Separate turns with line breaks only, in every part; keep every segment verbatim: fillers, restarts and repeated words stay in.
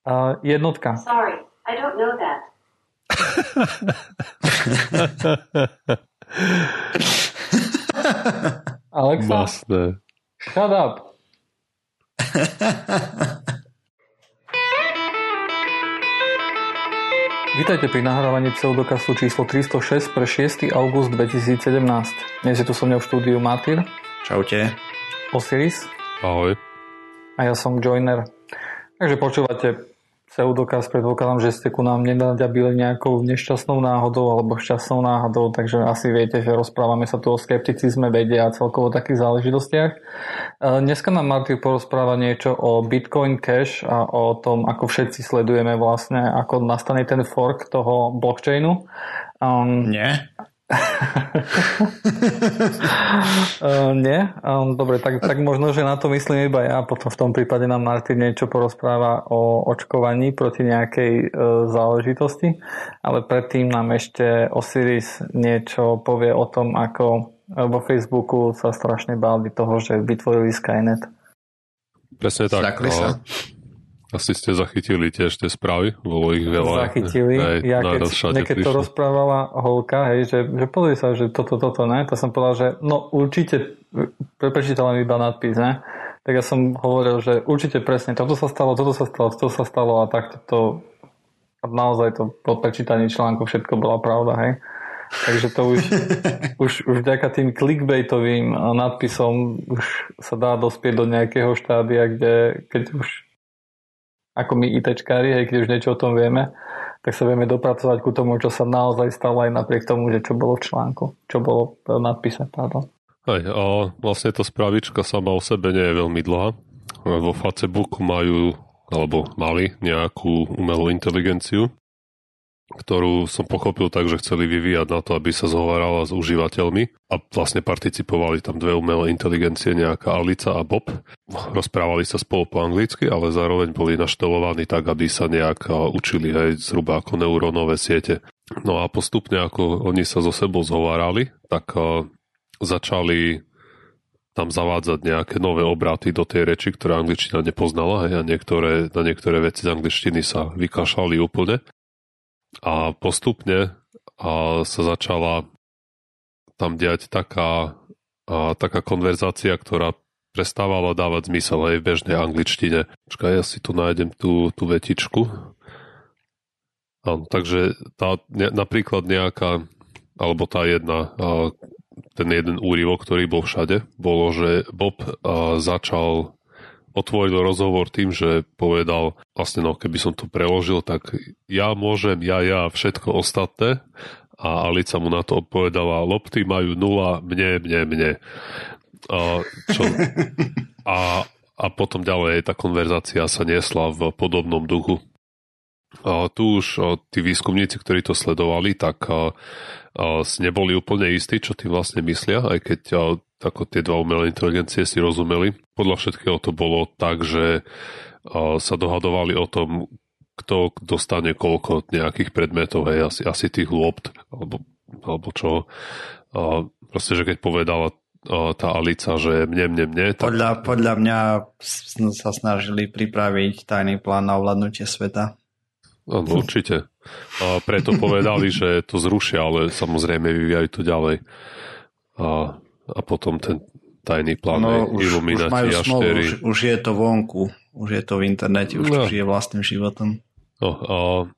Uh, jednotka.
Sorry, I don't know that.
Alexa?
Masné.
Shut up. Vítajte pri nahrávaní pseudokastu číslo tristošesť pre šiesteho augusta dvetisícsedemnásť. Dnes je tu so mňou v štúdiu Martin.
Čaute.
Osiris.
Ahoj.
A ja som Joiner. Takže počúvate pseudokast, predpokladám, že ste ku nám nenaďabili nejakou nešťastnou náhodou alebo šťastnou náhodou, takže asi viete, že rozprávame sa tu o skepticizme, vede a celkovo takých záležitostiach. Dneska nám Martin porozpráva niečo o Bitcoin Cash a o tom, ako všetci sledujeme vlastne, ako nastane ten fork toho blockchainu. Um,
Nie?
uh, nie? Um, dobre, tak, tak možno, že na to myslím iba ja. Potom v tom prípade nám Martin niečo porozpráva o očkovaní proti nejakej uh, záležitosti. Ale predtým nám ešte Osiris niečo povie o tom, ako vo Facebooku sa strašne báli toho, že vytvorili Skynet.
Presne tak.
Sa.
Asi ste zachytili tiež tie správy, bolo ich veľa.
Zachytili. Aj, ja keď, keď to rozprávala holka, hej, že, že pozri sa, že toto, toto, ne? To som povedal, že no určite, prečítal iba nadpis, ne? Tak ja som hovoril, že určite presne, toto sa stalo, toto sa stalo, toto sa stalo a takto to, naozaj to po prečítaní článku všetko bola pravda, hej? Takže to už, už, už vďaka tým clickbaitovým nadpisom už sa dá dospieť do nejakého štádia, kde keď už ako my ITčkári, hej, keď už niečo o tom vieme, tak sa vieme dopracovať ku tomu, čo sa naozaj stalo aj napriek tomu, že čo bolo v článku, čo bolo v nadpise. Pardon.
Hej, a vlastne tá správička sama o sebe nie je veľmi dlhá. Vo Facebooku majú, alebo mali nejakú umelú inteligenciu, ktorú som pochopil tak, že chceli vyvíjať na to, aby sa zhovárala s užívateľmi a vlastne participovali tam dve umelé inteligencie, nejaká Alica a Bob. Rozprávali sa spolu po anglicky, ale zároveň boli naštelovaní tak, aby sa nejak učili, hej, zhruba ako neurónové siete. No a postupne, ako oni sa so sebou zhovárali, tak uh, začali tam zavádzať nejaké nové obraty do tej reči, ktoré angličtina nepoznala, hej, a niektoré, na niektoré veci z angličtiny sa vykašľali úplne. A postupne a sa začala tam diať taká, a, taká konverzácia, ktorá prestávala dávať zmysel aj v bežnej angličtine. Počkaj, ja si tu nájdem tú, tú vetičku. Áno, takže tá, ne, napríklad nejaká, alebo tá jedna, a, ten jeden úryvok, ktorý bol všade, bolo, že Bob a, začal otvoril rozhovor tým, že povedal, vlastne no, keby som to preložil, tak ja môžem, ja, ja, všetko ostatné. A Alica mu na to odpovedala, lopty majú nula, mne, mne, mne. A, čo, a, a potom ďalej tá konverzácia sa niesla v podobnom duchu. A tu už a, tí výskumníci, ktorí to sledovali, tak a, a, neboli úplne istí, čo tým vlastne myslia, aj keď a, ako tie dva umelé inteligencie si rozumeli. Podľa všetkého to bolo tak, že uh, sa dohadovali o tom, kto dostane koľko nejakých predmetov, hej, asi, asi tých lopt, alebo, alebo čo. Uh, proste, že keď povedala uh, tá Alica, že mne, mne, mne. Tak...
Podľa, podľa mňa sa snažili pripraviť tajný plán na ovládnutie sveta.
Áno, určite. Uh, preto povedali, že to zrušia, ale samozrejme vyvíjajú to ďalej. Uh, A potom ten tajný plán no, Illuminati a štyri.
Už, už je to vonku, už je to v internete, už no. to žije vlastným životom.
No, a,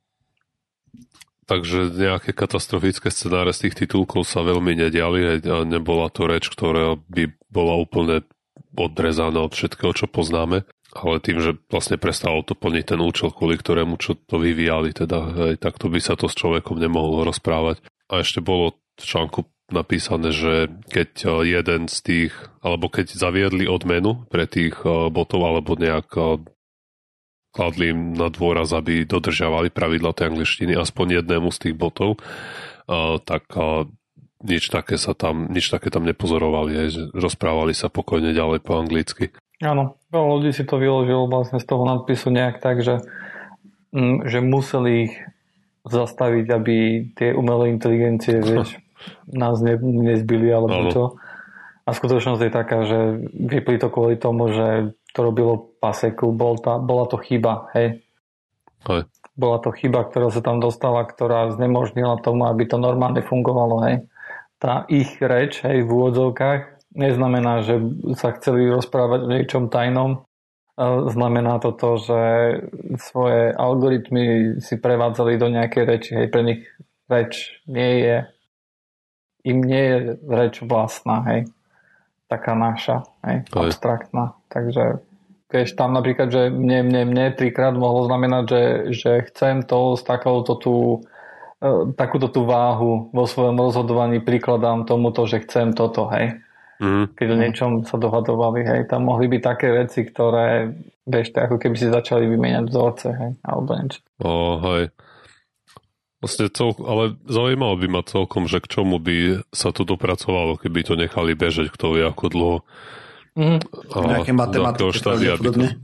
takže nejaké katastrofické scenáre z tých titulkov sa veľmi nediali a nebola to reč, ktorá by bola úplne odrezaná od všetkého, čo poznáme. Ale tým, že vlastne prestalo to plniť ten účel, kvôli ktorému čo to vyvíjali, teda aj takto by sa to s človekom nemohlo rozprávať. A ešte bolo v článku napísané, že keď jeden z tých, alebo keď zaviedli odmenu pre tých botov, alebo nejak kladli im na dôraz, aby dodržiavali pravidla tej angličtiny, aspoň jednému z tých botov, tak nič také sa tam, nič také tam nepozorovali, že rozprávali sa pokojne ďalej po anglicky.
Áno, veľa ľudí si to vyložilo vlastne z toho nadpisu nejak tak, že, že museli ich zastaviť, aby tie umelé inteligencie, vieš, nás ne, nezbili alebo čo. A skutočnosť je taká, že vypli to kvôli tomu, že to robilo paseku, bol tá, bola to chyba, hej.
Hej.
Bola to chyba, ktorá sa tam dostala, ktorá znemožnila tomu, aby to normálne fungovalo, hej. Tá ich reč, hej, v úvodzovkách, neznamená, že sa chceli rozprávať o niečom tajnom. Znamená to to, že svoje algoritmy si prevádzali do nejakej reči, hej. Pre nich reč nie je, im nie je reč vlastná, hej. Taká naša, hej, abstraktná. Takže keď tam napríklad, že mne, mne, mne trikrát mohlo znamenať, že, že chcem to s takouto tú, takúto tú váhu vo svojom rozhodovaní prikladám tomuto, že chcem toto, hej. Mm. Keď o niečom sa dohadovali, hej. Tam mohli byť také veci, ktoré, vieš, ako keby si začali vymieňať vzorce, hej, alebo niečo.
Ó, hej. Vlastne cel, ale zaujímalo by ma celkom, že k čomu by sa to dopracovalo, keby to nechali bežať, kto vie ako dlho.
Mm.
Nejaké matematiky pravdepodobne.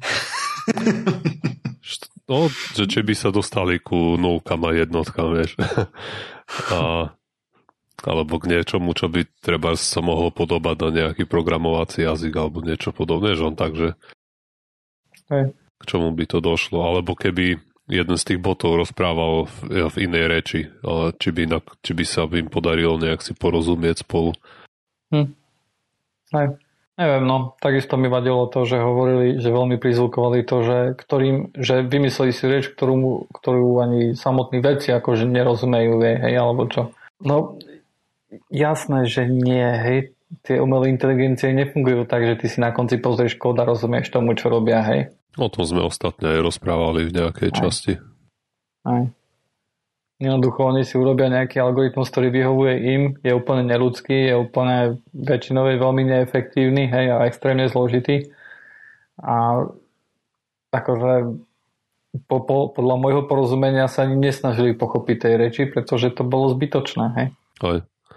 No, že či by sa dostali ku nulkám a jednotkám, vieš. A, alebo k niečomu, čo by treba sa mohlo podobať na nejaký programovací jazyk alebo niečo podobné, že on takže
Hej.
K čomu by to došlo. Alebo keby jeden z tých botov rozprával v, v inej reči, ale či by, či by sa im podarilo nejak si porozumieť spolu.
Hm. Hej. Neviem, no, takisto mi vadilo to, že hovorili, že veľmi prizvukovali to, že, ktorým, že vymysleli si reč, ktorú, ktorú ani samotní vedci akože nerozumejú, hej, alebo čo. No, jasné, že nie, hej, tie umelé inteligencie nefungujú tak, že ty si na konci pozrieš kód a rozumieš tomu, čo robia, hej.
O tom sme ostatne aj rozprávali v nejakej aj. časti.
Aj. Jednoducho, oni si urobia nejaký algoritmus, ktorý vyhovuje im, je úplne neľudský, je úplne väčšinou je veľmi neefektívny, hej, a extrémne zložitý. A akože po, po, podľa môjho porozumenia sa ani nesnažili pochopiť tej reči, pretože to bolo zbytočné, hej.
Aj.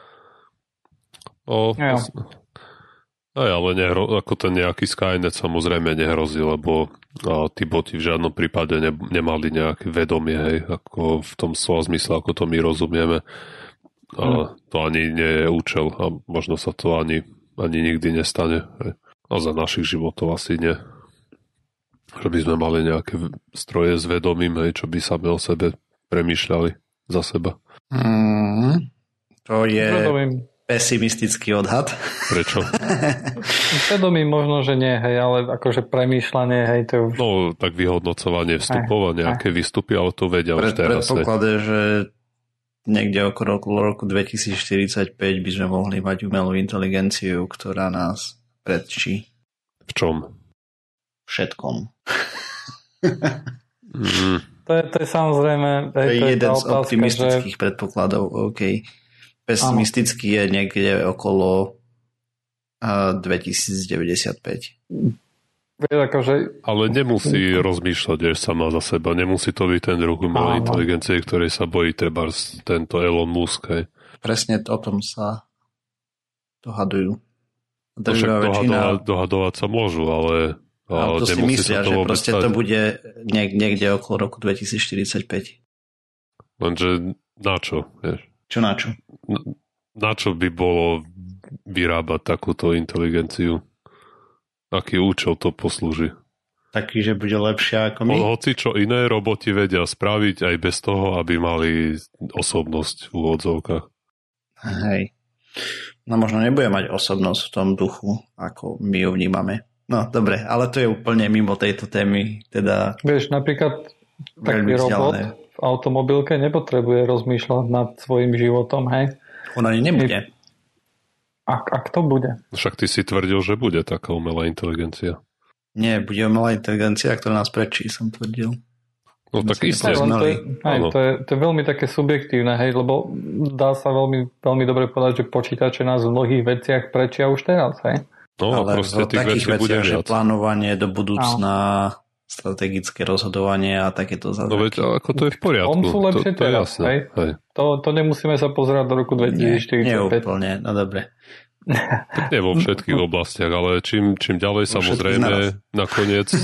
O, aj, ale nehro, ako ten nejaký Skynet samozrejme nehrozí, lebo a tí boti v žiadnom prípade ne, nemali nejaké vedomie, hej, ako v tom slova zmysle, ako to my rozumieme. A mm. to ani nie je účel a možno sa to ani, ani nikdy nestane. Hej. A za našich životov asi nie. Že by sme mali nejaké stroje s vedomím, hej, čo by sami o sebe premýšľali za seba.
Mm, to je...
Vedomím.
Pesimistický odhad.
Prečo?
Svedomím možno, že nie, hej, ale akože premýšľanie, hej, to už...
No, tak vyhodnocovanie vstupov a nejaké aj. výstupy, ale to vedia
Pred,
už teraz.
Predpoklade, že niekde okolo roku dvetisícštyridsaťpäť by sme mohli mať umelú inteligenciu, ktorá nás predčí.
V čom?
Všetkom.
mm.
to, je, to je samozrejme...
To je,
to je
jeden z
otázka,
optimistických
že...
predpokladov, OK. Pesimistický je niekde okolo uh, dvetisícdeväťdesiatpäť.
Akože...
Ale nemusí rozmýšľať, že sama za seba. Nemusí to byť ten druh umelej inteligencie, ktorej sa bojí treba tento Elon Musk. Hej.
Presne o tom sa dohadujú.
To však dohadovať, dohadovať sa môžu, ale, ale
to si myslia,
to
že proste stať. To bude niekde okolo roku dvetisícštyridsaťpäť.
Lenže na čo? Vieš?
Čo na čo?
Na čo by bolo vyrábať takúto inteligenciu? Aký účel to poslúži?
Taký, že bude lepšia ako my?
Hoci čo iné roboti vedia spraviť aj bez toho, aby mali osobnosť v úvodzovkách.
Hej. No možno nebude mať osobnosť v tom duchu, ako my ju vnímame. No dobre, ale to je úplne mimo tejto témy. Teda...
Vieš, napríklad taký robot v automobilke nepotrebuje rozmýšľať nad svojim životom, hej?
On ani nebude.
A, a kto bude?
Však ty si tvrdil, že bude taká umelá inteligencia.
Nie, bude umelá inteligencia, ktorá nás prečí, som tvrdil.
No tak isté.
To je, hej, to, je, to je veľmi také subjektívne, hej, lebo dá sa veľmi, veľmi dobre povedať, že počítače nás v mnohých veciach prečia už teraz, hej?
No
ale
a proste tých vecí bude viac.
Že plánovanie do budúcna... No. Strategické rozhodovanie a takéto zázraky.
No veď, ako to je v poriadku.
On sú lepšie
to, to
teraz,
jasné,
hej?
Hej.
To, to nemusíme sa pozerať do roku dvetisícštyridsaťpäť.
Nie, nie úplne, no dobre.
Tak nie vo všetkých oblastiach, ale čím, čím ďalej samozrejme nakoniec,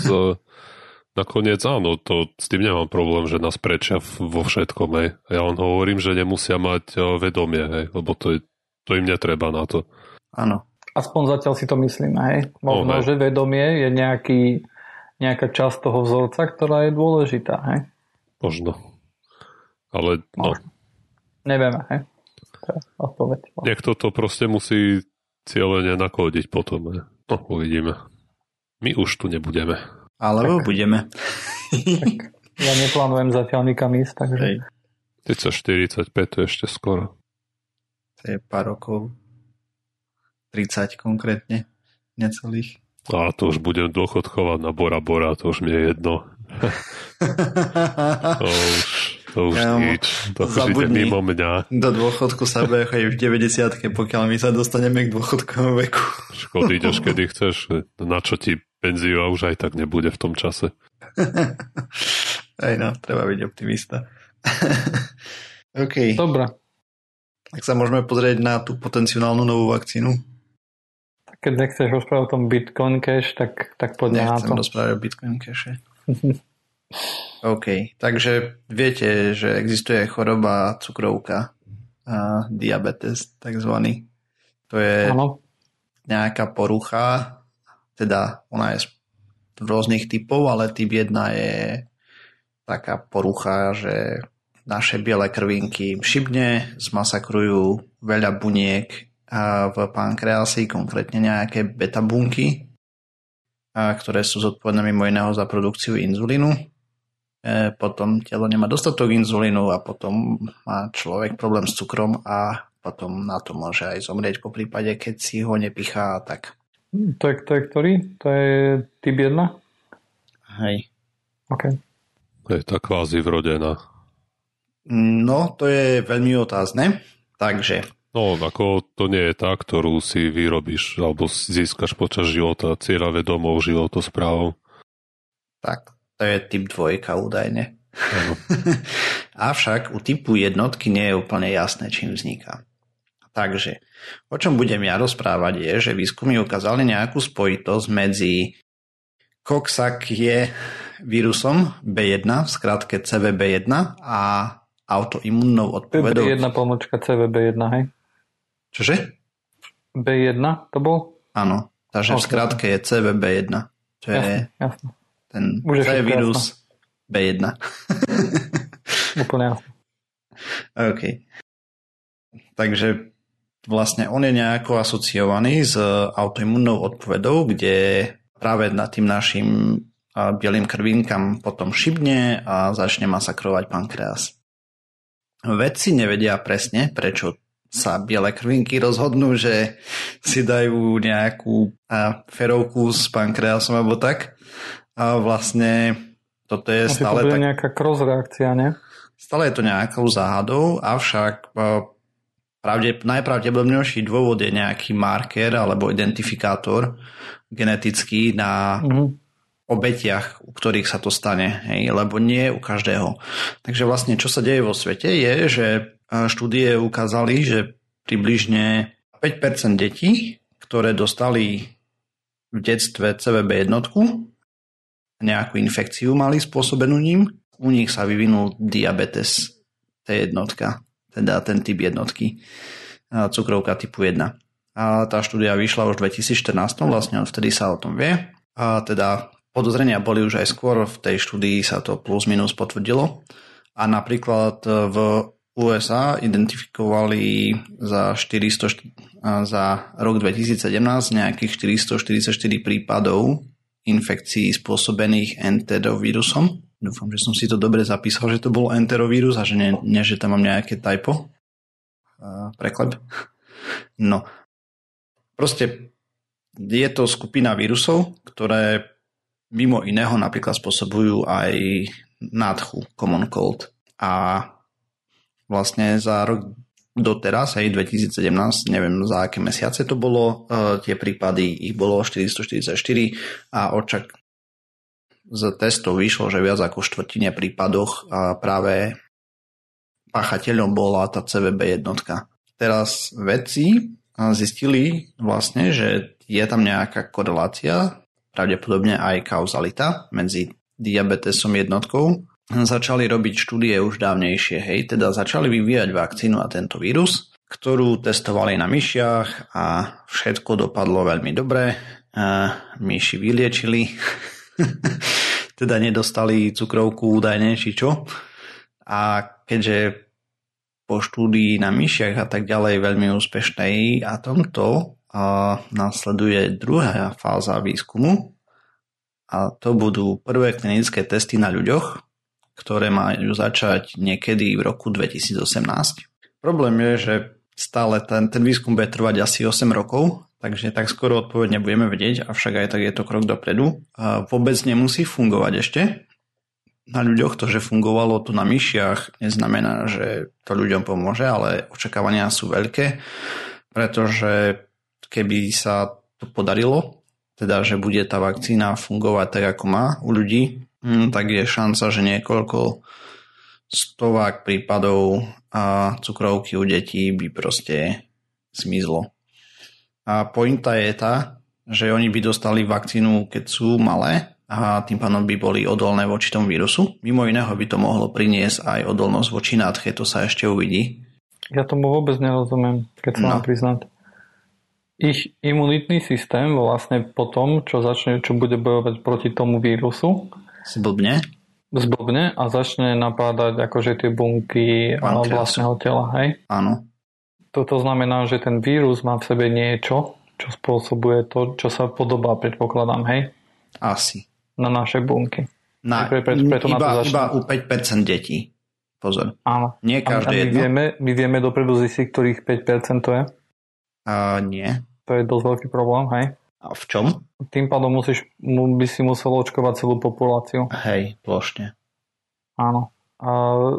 nakoniec áno, to, s tým nemám problém, že nás prečia vo všetkom. Hej. Ja len hovorím, že nemusia mať vedomie, hej, lebo to, to im netreba na to.
Áno.
Aspoň zatiaľ si to myslím, hej. Možno,
oh,
že vedomie je nejaký nejaká časť toho vzorca, ktorá je dôležitá, hej?
Možno. Ale no.
Možno. Nevieme, hej? To je odpoveď.
Niekto to proste musí cieľene nakódiť potom. Ne? No, uvidíme. My už tu nebudeme.
Alebo tak. Budeme.
Tak. Ja neplánujem zatiaľ nikam ísť, takže...
tridsať štyridsaťpäť, to je ešte skoro.
To je pár rokov. tridsať konkrétne. Necelých.
A to už budem dôchodkovať na Bora Bora, to už mi je jedno. to už, to už ja, nič. To už ide mimo mňa.
Do dôchodku sa bude chodiť v deväťdesiatke, pokiaľ my sa dostaneme k dôchodkovému veku.
Škody, ideš kedy chceš. Na čo ti penziu a už aj tak nebude v tom čase.
Aj no, treba byť optimista. OK.
Dobre.
Tak sa môžeme pozrieť na tú potenciálnu novú vakcínu.
Keď nechceš rozprávať o tom Bitcoin Cash, tak, tak poďme na to.
Nechcem rozprávať o Bitcoin Cache. OK, takže viete, že existuje choroba cukrovka, a diabetes takzvaný. To je ano. Nejaká porucha, teda ona je z rôznych typov, ale typ jedna je taká porucha, že naše biele krvinky šibne, zmasakrujú veľa buniek v pankreasi, konkrétne nejaké beta bunky, ktoré sú zodpovedné mimo iného za produkciu inzulínu. Potom telo nemá dostatok inzulínu a potom má človek problém s cukrom a potom na to môže aj zomrieť po prípade, keď si ho nepichá a tak.
To je, to je ktorý? To je typ jedna?
Hej.
OK.
Je tá kvázi vrodená.
No, to je veľmi otázne. Takže
No, ako to nie je tá, ktorú si vyrobíš alebo získaš počas života cieľavedomou životosprávou.
Tak, to je typ dvojka údajne. Avšak u typu jednotky nie je úplne jasné, čím vzniká. Takže, o čom budem ja rozprávať je, že výskumy ukázali nejakú spojitosť medzi Coxsackie vírusom bé jeden, v skratke cé vé bé jeden a autoimunnou odpovedou.
bé jeden pomočka cé vé bé jeden, hej?
Čože?
bé jeden to bol?
Áno, takže v skratke je cé vé bé jeden. To je jasne, jasne. Ten C vírus bé jeden.
Úplne jasne.
OK. Takže vlastne on je nejako asociovaný s autoimunnou odpovedou, kde práve nad tým našim bielým krvinkám potom šibne a začne masakrovať pankreas. Vedci nevedia presne, prečo sa biele krvinky rozhodnú, že si dajú nejakú a, ferovku s pankreasom alebo tak. A vlastne toto je
Asi
stále
to bude
tak...
nejaká cross reakcia, ne?
Stále je to nejakou záhadou, avšak pravde, najpravdepodobnejší dôvod je nejaký marker alebo identifikátor genetický na mm-hmm. obetiach, u ktorých sa to stane, hej, lebo nie u každého. Takže vlastne, čo sa deje vo svete je, že štúdie ukázali, že približne päť percent detí, ktoré dostali v detstve cé vé bé jednotku, nejakú infekciu mali spôsobenú ním, u nich sa vyvinul diabetes té jednotka, teda ten typ jednotky, cukrovka typu jeden. A tá štúdia vyšla už v dvetisícštrnásť, vlastne vtedy sa o tom vie. A teda podozrenia boli už aj skôr, v tej štúdii sa to plus minus potvrdilo. A napríklad v ú es á identifikovali za, štyristo, za rok dvetisícsedemnásť nejakých štyristoštyridsaťštyri prípadov infekcií spôsobených enterovírusom. Dúfam, že som si to dobre zapísal, že to bol enterovírus a že nie, nie že tam mám nejaké typo. Uh, preklep. No. Proste je to skupina vírusov, ktoré mimo iného napríklad spôsobujú aj nádchu, common cold. A vlastne za rok doteraz, aj dvetisícsedemnásť, neviem za aké mesiace to bolo, uh, tie prípady, ich bolo štyristoštyridsaťštyri a očak z testov vyšlo, že viac ako v štvrtine prípadoch uh, práve páchateľom bola tá cé vé bé jednotka. Teraz vedci uh, zistili vlastne, že je tam nejaká korelácia, pravdepodobne aj kauzalita medzi diabetesom jednotkou. Začali robiť štúdie už dávnejšie, hej, teda začali vyvíjať vakcínu na tento vírus, ktorú testovali na myšiach a všetko dopadlo veľmi dobre. Myši vyliečili, teda nedostali cukrovku údajne, či čo. A keďže po štúdii na myšiach a tak ďalej veľmi úspešnej a tomto a nasleduje druhá fáza výskumu a to budú prvé klinické testy na ľuďoch, ktoré majú začať niekedy v roku dvetisícosemnásť. Problém je, že stále ten, ten výskum bude trvať asi osem rokov, takže tak skoro odpoveď nebudeme vedieť, avšak aj tak je to krok dopredu. A vôbec nemusí fungovať ešte na ľuďoch. To, že fungovalo tu na myšiach, neznamená, že to ľuďom pomôže, ale očakávania sú veľké, pretože keby sa to podarilo, teda, že bude tá vakcína fungovať tak, ako má u ľudí, tak je šanca, že niekoľko stovák prípadov a cukrovky u detí by proste zmizlo. A pointa je tá, že oni by dostali vakcínu, keď sú malé a tým pádom by boli odolné voči tomu vírusu. Mimo iného by to mohlo priniesť aj odolnosť voči nádche, to sa ešte uvidí.
Ja tomu vôbec nerozumiem, keď sa no. mám priznať. Ich imunitný systém vlastne po tom, čo začne, čo bude bojovať proti tomu vírusu,
zblbne.
Zblbne a začne napádať akože tie bunky vlastného tela, hej?
Áno.
Toto znamená, že ten vírus má v sebe niečo, čo spôsobuje to, čo sa podobá, predpokladám, hej?
Asi.
Na naše bunky.
Na, pre, pre, preto iba, na to iba u päť percent detí. Pozor.
Áno.
Nie každé
my
jedno.
Vieme, my vieme dopredu zistiť, ktorých päť percent to je?
Uh, nie.
To je dosť veľký problém, hej?
A v čom?
Tým pádom musíš, by si musel očkovať celú populáciu.
Hej, plošne.
Áno. A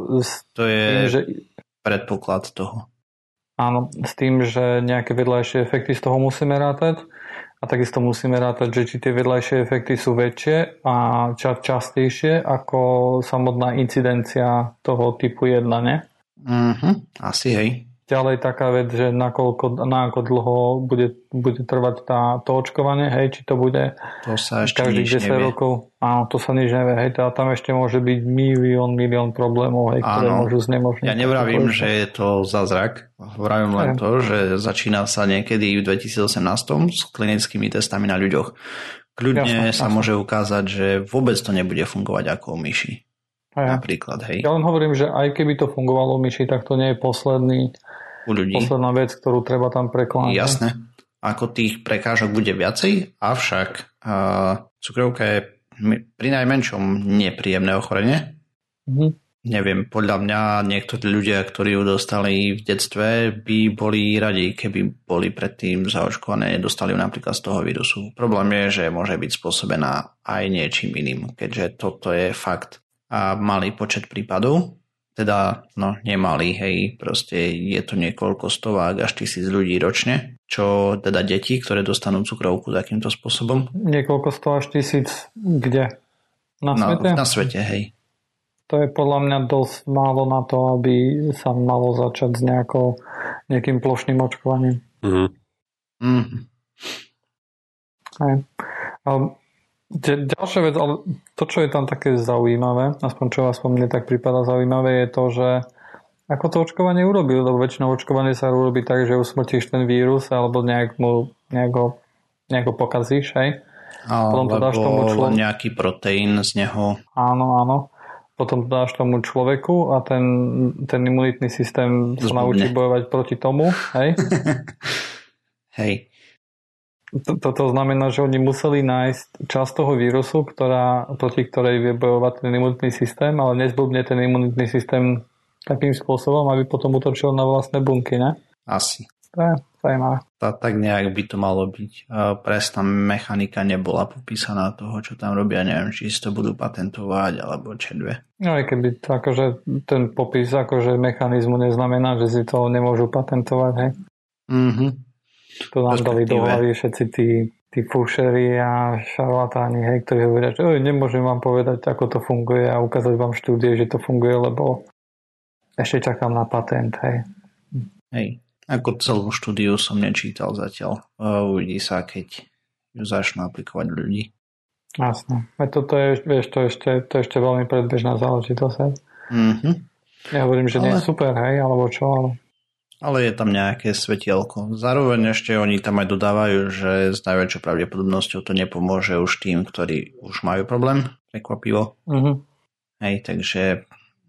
s
to je
tým, že...
predpoklad toho.
Áno, s tým, že nejaké vedľajšie efekty z toho musíme rátať a takisto musíme rátať, že či tie vedľajšie efekty sú väčšie a ča- častejšie ako samotná incidencia toho typu jedna, ne?
Mhm, asi hej.
Ďalej taká vec, že nakoľko, na ako dlho bude, bude trvať tá, to očkovanie, hej, či to bude
to sa ešte
každých
nič
desať
nevie.
rokov. Áno, to sa nič nevie, hej, teda tam ešte môže byť milión, milión problémov, hej, ktoré
áno.
môžu znemožniť.
Ja nevravím, že je to zázrak. Vravím len to, že začína sa niekedy v dvetisícosemnásť s klinickými testami na ľuďoch. Kľudne jasne, sa jasne. môže ukázať, že vôbec to nebude fungovať ako u myši. Hej. Napríklad, hej.
Ja len hovorím, že aj keby to fungovalo u myši, tak to nie je posledný
u ľudí.
Posledná vec, ktorú treba tam prekonať.
Jasné. Ako tých prekážok bude viacej, avšak uh, cukrovka je pri najmenšom nepríjemné ochorenie.
Mhm.
Neviem, podľa mňa niektorí ľudia, ktorí ju dostali v detstve, by boli radi, keby boli predtým zaočkované, dostali ju napríklad z toho vírusu. Problém je, že môže byť spôsobená aj niečím iným, keďže toto je fakt a malý počet prípadov. Teda, no, nemalý, hej, proste je to niekoľko stovák až tisíc ľudí ročne, čo teda deti, ktoré dostanú cukrovku takýmto spôsobom.
Niekoľko sto až tisíc kde? Na svete?
Na, na svete, hej.
To je podľa mňa dosť málo na to, aby sa malo začať s nejakou, nejakým plošným očkovaním.
Mhm.
Mhm.
Hej. Um, Ďalšia vec, ale to, čo je tam také zaujímavé, aspoň čo aspoň mne tak prípada zaujímavé, je to, že ako to očkovanie urobil, lebo väčšinou očkovanie sa urobí tak, že usmrtíš ten vírus alebo nejak mu, nejako, nejako pokazíš, hej?
Potom to dáš tomu človeku. Nejaký proteín z neho.
Áno, áno. Potom to dáš tomu človeku a ten, ten imunitný systém sa naučí bojovať proti tomu, hej?
Hej.
Toto znamená, že oni museli nájsť časť toho vírusu, ktorá, proti ktorej vie bojovať ten imunitný systém, ale nezblbne ten imunitný systém takým spôsobom, aby potom utočil na vlastné bunky, ne?
Asi.
To je zajímavé.
Tá, tak nejak by to malo byť. Presná mechanika nebola popísaná toho, čo tam robia. Neviem, či si to budú patentovať, alebo čo dve.
No aj keby to, akože ten popis akože mechanizmu neznamená, že si to nemôžu patentovať, hej?
Mhm.
To nám dali do hlavy všetci tí, tí fušeri a šarlatáni, hej, ktorí hovoria, že oj, nemôžem vám povedať, ako to funguje a ukázať vám štúdie, že to funguje, lebo ešte čakám na patent, hej.
Hej, ako celú štúdiu som nečítal zatiaľ. Uvidí sa, keď ju začnú aplikovať ľudí.
Jasné. Toto je, vieš, to ešte, to ešte veľmi predbežná záležitosť, hej.
Mhm.
Ja hovorím, že ale... nie je super, hej, alebo čo, ale...
Ale je tam nejaké svetielko. Zároveň ešte oni tam aj dodávajú, že s najväčšou pravdepodobnosťou to nepomôže už tým, ktorí už majú problém. Prekvapivo.
Uh-huh.
Hej, takže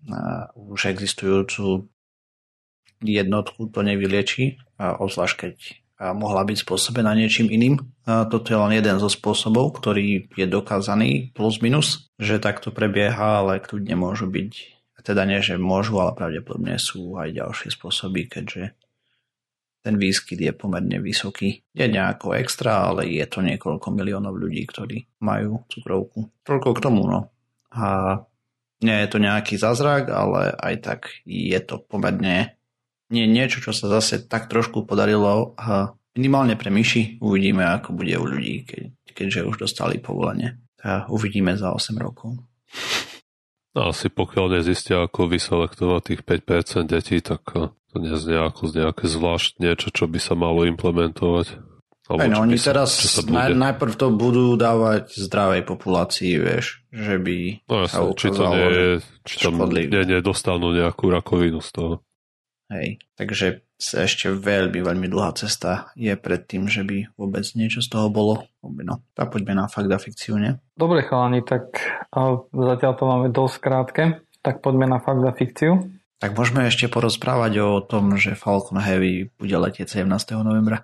už existujúcu jednotku to nevylieči, obzvlášť keď mohla byť spôsobená niečím iným. Toto je len jeden zo spôsobov, ktorý je dokázaný plus minus, že takto prebieha, ale kľudne môžu byť, teda nie, že môžu, ale pravdepodobne sú aj ďalšie spôsoby, keďže ten výskyt je pomerne vysoký. Je nejako extra, ale je to niekoľko miliónov ľudí, ktorí majú cukrovku. Toľko k tomu, no. A nie je to nejaký zázrak, ale aj tak je to pomerne nie niečo, čo sa zase tak trošku podarilo minimálne pre myši. Uvidíme, ako bude u ľudí, keď, keďže už dostali povolenie. A uvidíme za osem rokov.
No, asi pokiaľ nezistia, ako vyselektovať tých päť percent detí, tak to neznie ako nejaké zvlášť niečo, čo by sa malo implementovať.
Aj no, oni sa, teraz naj, najprv to budú dávať zdravej populácii, vieš, že by
no,
sa ukázalo,
či to nie je, či tam nie, nie dostanú nejakú rakovinu z toho.
Hej, takže ešte veľmi, veľmi dlhá cesta je pred tým, že by vôbec niečo z toho bolo. No, tak poďme na fakt a fikciu, nie?
Dobre chalani, tak zatiaľ to máme dosť krátke, tak poďme na fakt a fikciu.
Tak môžeme ešte porozprávať o tom, že Falcon Heavy bude letieť sedemnásteho novembra.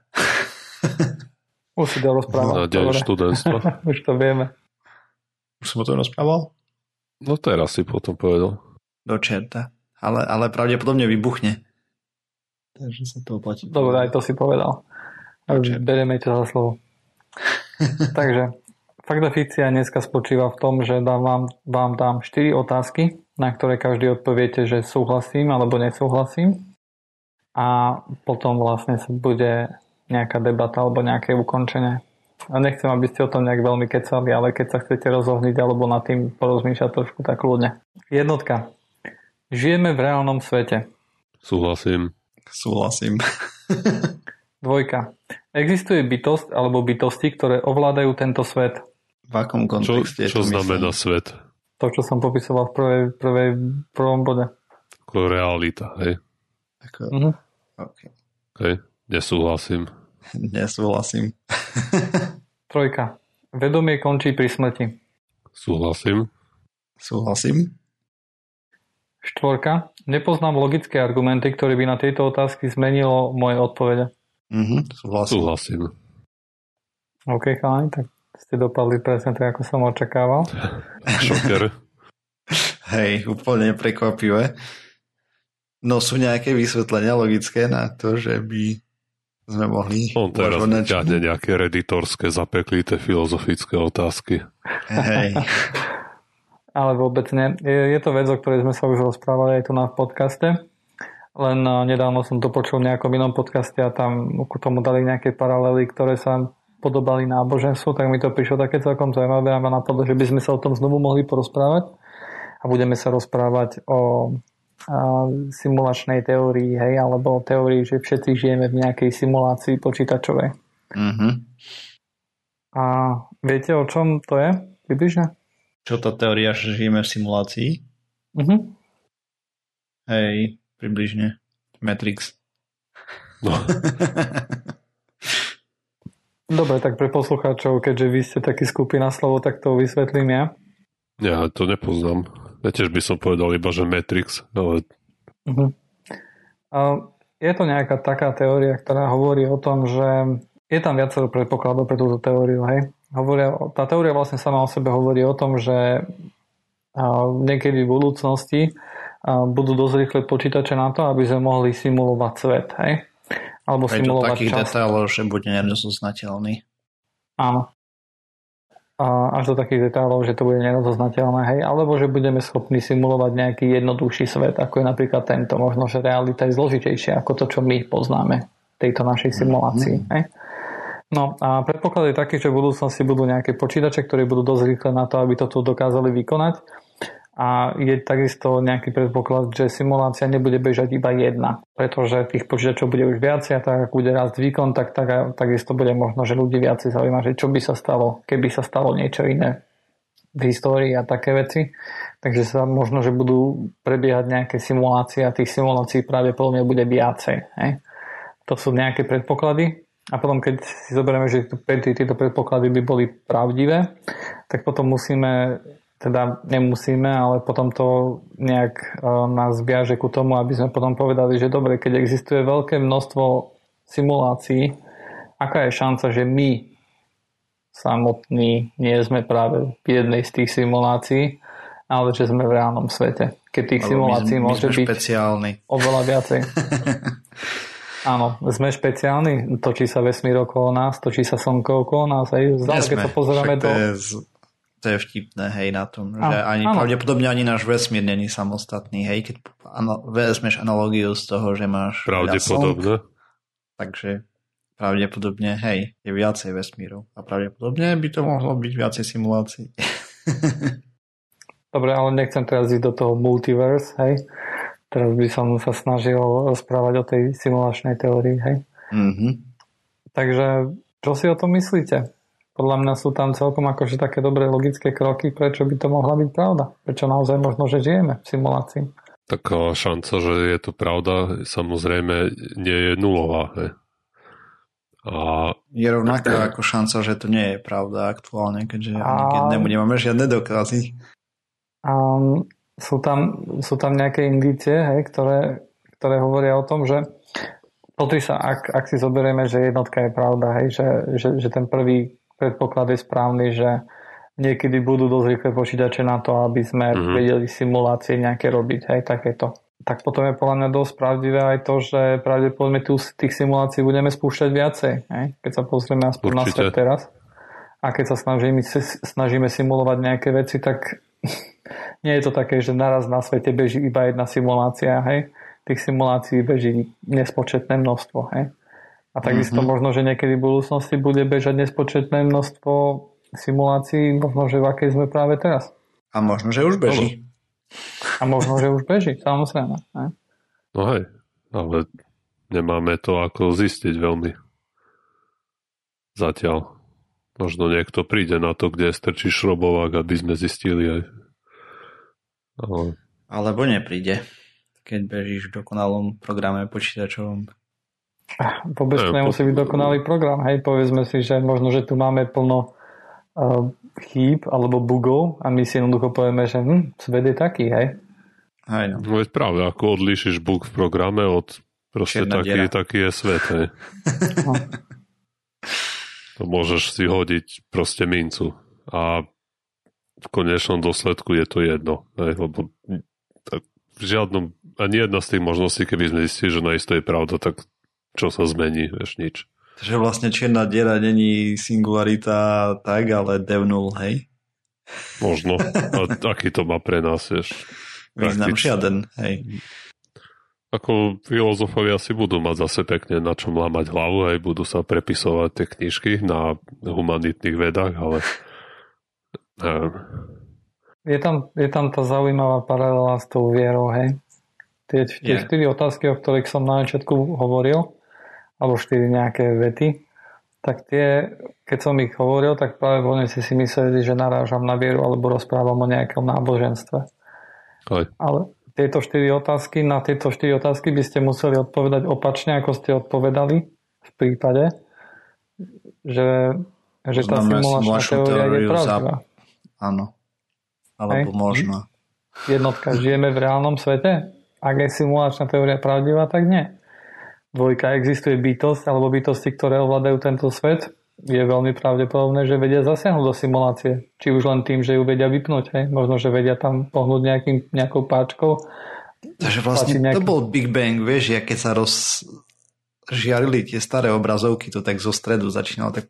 Už si to rozprával.
Na deň študentstva.
Už to vieme.
Už som o tom rozprával?
No teraz si potom povedal.
Do čerta. Ale, ale pravdepodobne vybuchne. Takže sa to oplatí.
Dobre, aj to si povedal. Bereme ťa za slovo. Takže, fakt a fikcia dneska spočíva v tom, že dám vám, vám dám štyri otázky, na ktoré každý odpoviete, že súhlasím alebo nesúhlasím. A potom vlastne sa bude nejaká debata alebo nejaké ukončenie. A nechcem, aby ste o tom nejak veľmi kecali, ale keď sa chcete rozohniť alebo nad tým porozmýšľať trošku, tak ľudne. Jednotka. Žijeme v reálnom svete.
Súhlasím.
Súhlasím.
Dvojka. Existuje bytosť alebo bytosti, ktoré ovládajú tento svet.
V akom kontexte?
Čo, čo znamená svet?
To, čo som popísal v prvej, prvej, prvom bode.
Ako realita, hej?
Ako...
Mhm.
Okay.
Okay. Nesúhlasím.
Nesúhlasím.
Trojka. Vedomie končí pri smrti.
Súhlasím.
Súhlasím.
Štvorka. Nepoznám logické argumenty, ktoré by na tieto otázky zmenilo moje odpovede.
Mhm, súhlasím.
Súhlasím.
OK, chalani, tak ste dopadli presne tak, ako som očakával.
Šoker.
Hej, úplne prekvapivé. No sú nejaké vysvetlenia logické na to, že by sme mohli...
On teraz ťahne nejaké reditorské, zapeklité filozofické otázky.
Hej.
Ale vôbec nie. Je, je to vec, o ktorej sme sa už rozprávali aj tu na podcaste. Len nedávno som to počul v nejakom inom podcaste a tam k tomu dali nejaké paralely, ktoré sa podobali náboženstvu, tak mi to prišlo také celkom zaujímavé a ma napadlo, že by sme sa o tom znovu mohli porozprávať. A budeme sa rozprávať o a, simulačnej teórii, hej, alebo teórii, že všetci žijeme v nejakej simulácii počítačovej.
Mm-hmm.
A viete, o čom to je? Približne?
Čo tá teória, že žijeme v simulácii?
Mhm.
Hej, približne. Matrix.
No.
Dobre, tak pre poslucháčov, keďže vy ste taký skupina slovo, tak to vysvetlím ja.
Ja to nepoznám. Ja tiež by som povedal iba, že Matrix, ale...
Uh-huh. A je to nejaká taká teória, ktorá hovorí o tom, že je tam viacero predpokladov pre túto teóriu, hej. Hovoria, tá teória vlastne sama o sebe hovorí o tom, že niekedy v budúcnosti budú dosť rýchle počítače na to, aby sme mohli simulovať svet, hej? Alebo
aj
simulovať
čas. Aj do takých
čas.
detailov, že bude nerozoznateľný.
Áno. Až do takých detailov, že to bude nerozoznateľné, hej? Alebo že budeme schopní simulovať nejaký jednoduchší svet, ako je napríklad tento. Možno, že realita je zložitejšia ako to, čo my poznáme v tejto našej simulácii, mm-hmm. hej? No a predpoklad je taký, že v budúcnosti budú nejaké počítače, ktoré budú dosť rýchle na to, aby to tu dokázali vykonať. A je takisto nejaký predpoklad, že simulácia nebude bežať iba jedna, pretože tých počítačov bude už viac a tak, ak bude rásť výkon, tak, tak takisto bude možno, že ľudí viac zaujíma, že čo by sa stalo, keby sa stalo niečo iné v histórii a také veci. Takže sa možno, že budú prebiehať nejaké simulácie a tých simulácií pravdepodobne bude viacej. Hej? To sú nejaké predpoklady. A potom, keď si zoberieme, že tieto predpoklady by boli pravdivé, tak potom musíme teda nemusíme, ale potom to nejak nás viaže ku tomu, aby sme potom povedali, že dobre, keď existuje veľké množstvo simulácií, aká je šanca, že my samotní nie sme práve v jednej z tých simulácií, ale že sme v reálnom svete. Keď tých Lebo simulácií my, my môže byť špeciálny. Oveľa viacej. Áno, sme špeciálni, točí sa vesmír okolo nás, točí sa slnko okolo nás. Aj zále, keď to pozeráme do...
To je, z... to je vtipné, hej, na tom. Že ani, pravdepodobne ani náš vesmír není samostatný, hej, keď ano, vezmeš analogiu z toho, že máš
pravdepodobne.
Takže pravdepodobne, hej, je viacej vesmírov. A pravdepodobne by to mohlo byť viacej simulácií.
Dobre, ale nechcem teraz ísť do toho multiverse, hej. Teraz by som sa snažil rozprávať o tej simulačnej teórii, hej.
Mm-hmm.
Takže, čo si o tom myslíte? Podľa mňa sú tam celkom akože také dobré logické kroky, prečo by to mohla byť pravda. Prečo naozaj možno, že žijeme v simulácii.
Taká šanca, že je to pravda, samozrejme nie je nulová, hej. A...
Je rovnaká ako šanca, že to nie je pravda aktuálne, keďže a... keď nemáme žiadne dokazy.
Um, sú, tam, sú tam nejaké indície, hej, ktoré, ktoré hovoria o tom, že pozri sa, ak, ak si zoberieme, že jednotka je pravda, hej, že, že, že ten prvý predpoklad je správny, že niekedy budú dosť rýchle počítače na to, aby sme mm-hmm. vedeli simulácie nejaké robiť, hej, takéto. Tak potom je podľa mňa dosť pravdivé aj to, že pravdepodobne tu z tých simulácií budeme spúšťať viacej, hej, keď sa pozrieme aspoň na svet teraz. A keď sa snažíme, snažíme simulovať nejaké veci, tak nie je to také, že naraz na svete beží iba jedna simulácia, hej. Tých simulácií beží nespočetné množstvo, hej. A takisto mm-hmm. možno, že niekedy v budúcnosti bude bežať nespočetné množstvo simulácií, možno, že v akej sme práve teraz.
A možno, že už beží.
A možno, že už beží, samozrejme. Hej.
No hej, ale nemáme to ako zistiť veľmi. Zatiaľ. Možno niekto príde na to, kde strčí šrobovák, aby sme zistili aj. Ale...
Alebo nepríde, keď bežíš v dokonalom programe počítačovom.
Vôbec to nemusí byť dokonalý program. Hej, povedzme si, že možno, že tu máme plno uh, chýb alebo bugov a my si jednoducho povieme, že hm, svet je taký, hej.
Hej, no.
No veď práve, ako odlíšiš bug v programe od proste taký, taký je svet, hej. No. To môžeš si hodiť proste mincu a v konečnom dôsledku je to jedno. Hej, lebo tak v žiadnom, ani jedna z tých možností, keby sme zistili, že na isto je pravda, tak čo sa zmení, vieš, nič.
Takže vlastne čierna diera není singularita tak, ale dev null, hej?
Možno. A aký to má pre nás, vieš?
Význam žiaden, hej.
Ako filozofovia si budú mať zase pekne na čom lámať hlavu, aj budú sa prepisovať tie knižky na humanitných vedách, ale neviem.
Je tam, je tam tá zaujímavá paralela s tou vierou, hej? Tie, tie štyri otázky, o ktorých som na začiatku hovoril, alebo štyri nejaké vety, tak tie, keď som ich hovoril, tak práve voľne si si mysleli, že narážam na vieru alebo rozprávam o nejakom náboženstve.
Aj.
Ale tieto štyri otázky, na tieto štyri otázky by ste museli odpovedať opačne, ako ste odpovedali v prípade, že, že tá simulačná teória je pravdivá.
Za... Áno. Alebo hej. Možno.
Jednotka, žijeme v reálnom svete? Ak je simulačná teória pravdivá, tak nie. Dvojka, existuje bytosť alebo bytosti, ktoré ovládajú tento svet? Je veľmi pravdepodobné, že vedia zasiahnuť do simulácie. Či už len tým, že ju vedia vypnúť. Hej? Možno, že vedia tam pohnúť nejakým, nejakou páčkou.
Takže vlastne nejaký... to bol Big Bang, vieš, ja keď sa rozžiarili tie staré obrazovky, to tak zo stredu začínalo tak...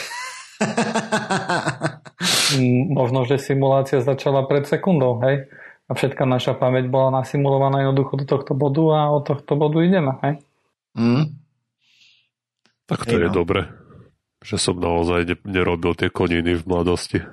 Možno, že simulácia začala pred sekundou, hej? A všetká naša pamäť bola nasimulovaná jednoducho do tohto bodu a od tohto bodu ideme, hej?
Mm.
Tak to hej, je no. Dobre. Že som naozaj nerobil tie koniny v mladosti.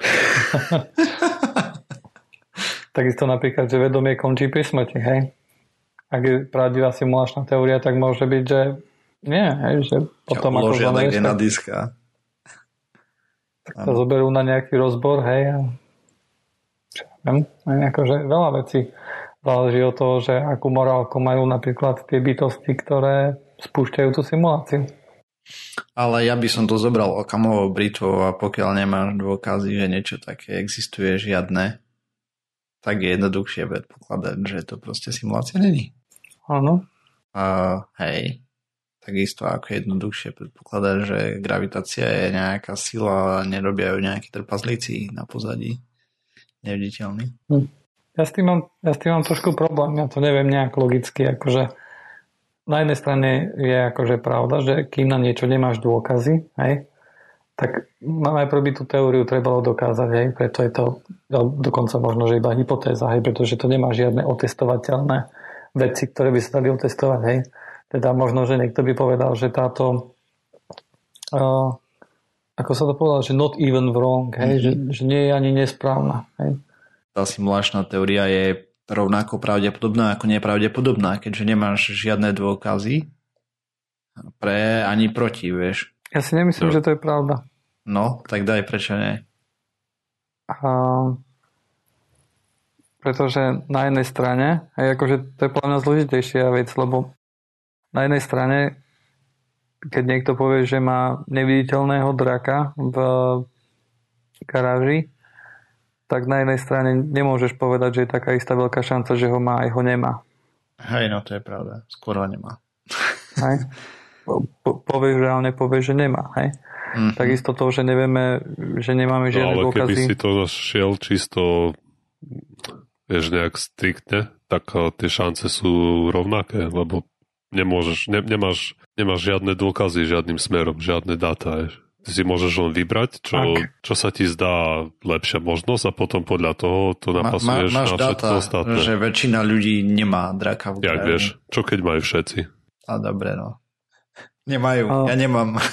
Takisto napríklad, že vedomie končí pri smrti, hej? Ak je pravdivá simulačná teória, tak môže byť, že nie, hej, že potom ako
zomrieš, na diska.
Tak sa zoberú na nejaký rozbor, hej, a čo viem, akože veľa vecí záleží od toho, že akú morálku majú napríklad tie bytosti, ktoré spúšťajú tú simuláciu.
Ale ja by som to zobral okamovou britvou a pokiaľ nemáš dôkazy, že niečo také existuje žiadne, tak je jednoduchšie predpokladať, že to proste simulácia není.
Áno.
A hej, takisto ako jednoduchšie predpokladať, že gravitácia je nejaká sila a nerobia ju nejakí trpazlíci na pozadí. Neviditeľný.
Hm. Ja s tým mám, ja s tým mám trošku problém. Ja to neviem nejak logicky. Akože na jednej strane je akože pravda, že kým na niečo nemáš dôkazy, hej, tak najprv by tú teóriu trebalo dokázať, hej, preto je to dokonca možno, že iba hypotéza, hej, pretože to nemá žiadne otestovateľné veci, ktoré by sa dali otestovať, hej. Teda možno, že niekto by povedal, že táto uh, ako sa to povedal, že not even wrong, hej, mm-hmm. že, že nie je ani nesprávna, hej.
Tá simulačná teória je rovnako pravdepodobná ako nepravdepodobná, keďže nemáš žiadne dôkazy pre ani proti, vieš.
Ja si nemyslím, no. že to je pravda.
No, tak daj, prečo nie?
A... Pretože na jednej strane, aj akože to je podľa mňa zložitejšia vec, lebo na jednej strane, keď niekto povie, že má neviditeľného draka v garáži, tak na jednej strane nemôžeš povedať, že je taká istá veľká šanca, že ho má aj ho nemá.
Hej, no to je pravda. Skôr ho nemá.
Hej. Po, po, povieš reálne, povieš, že nemá. Hej. Mm-hmm. Takisto to, že nevieme, že nemáme žiadne
no, ale
dôkazy.
Ale keby si to šiel čisto vieš, nejak striktne, tak tie šance sú rovnaké, lebo nemôžeš, ne, nemáš, nemáš žiadne dôkazy žiadnym smerom, žiadne dáta, vieš. Ty si môžeš len vybrať, čo, čo sa ti zdá lepšia možnosť a potom podľa toho to napasuješ Ma, na všetko
dáta,
ostatné.
Že väčšina ľudí nemá draka v garáži.
Jak vieš, čo keď majú všetci?
A dobre, no. Nemajú, a... ja nemám.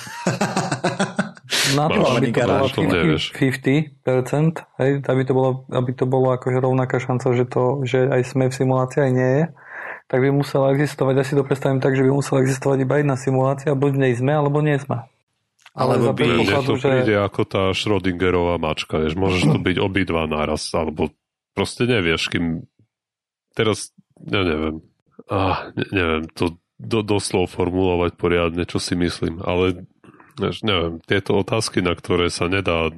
Na to, aby to bolo päťdesiat percent, hej, aby to bolo, aby to bolo akože rovnaká šanca, že, to, že aj sme v simulácii aj nie je, tak by musela existovať, ja si to predstavím tak, že by musela existovať iba jedna simulácia, buď v nej sme, alebo nie sme.
Alebo by... Mne to príde že... ako tá Schrödingerová mačka, vieš, môžeš to byť obidva naraz, alebo proste nevieš, kým teraz, ja neviem, ah, ne, neviem to do, doslov formulovať poriadne, čo si myslím, ale vieš, neviem, tieto otázky, na ktoré sa nedá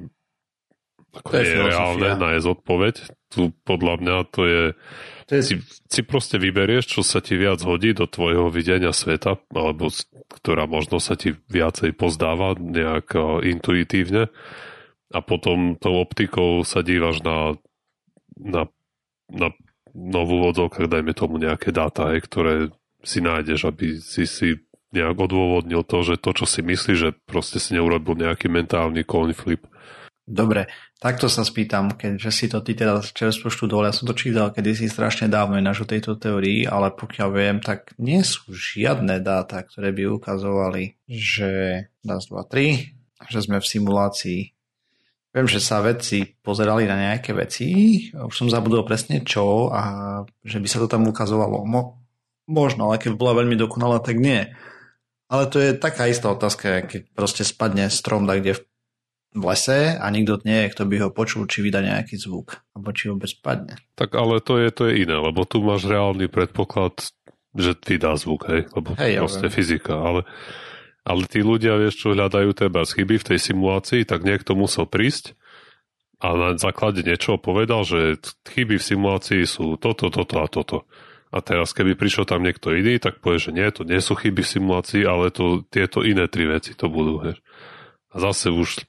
ako je, je reálne nájsť odpoveď, tu podľa mňa to je, to je... Si, si proste vyberieš, čo sa ti viac hodí do tvojho videnia sveta, alebo ktorá možno sa ti viacej pozdáva nejak uh, intuitívne a potom tou optikou sa dívaš na na, na novú odzovkách, dajme tomu nejaké dáta, aj, ktoré si nájdeš, aby si si nejak odôvodnil to, že to, čo si myslíš, že proste si neurobil nejaký mentálny coin flip.
Dobre, takto sa spýtam, keďže si to ty teda čerstvo študoval, ja som to čítal kedysi strašne dávno ináč o tejto teórii, ale pokiaľ viem, tak nie sú žiadne dáta, ktoré by ukazovali, že raz, dva, tri, že sme v simulácii. Viem, že sa vedci pozerali na nejaké veci, už som zabudol presne čo a že by sa to tam ukazovalo. Mo- možno, ale keď bola veľmi dokonalá, tak nie. Ale to je taká istá otázka, keď proste spadne strom tak, kde v v lese a nikto nie je, kto by ho počul, či vydá nejaký zvuk, alebo či vôbec padne.
Tak ale to je, to je iné, lebo tu máš reálny predpoklad, že vydá zvuk, hej, lebo hej, proste ja fyzika, ale, ale tí ľudia, vieš, čo hľadajú teba z chyby v tej simulácii, tak niekto musel prísť a na základe niečoho povedal, že chyby v simulácii sú toto, toto a toto. A teraz, keby prišiel tam niekto iný, tak povie, že nie, to nie sú chyby v simulácii, ale to, tieto iné tri veci to budú, hej. A zase už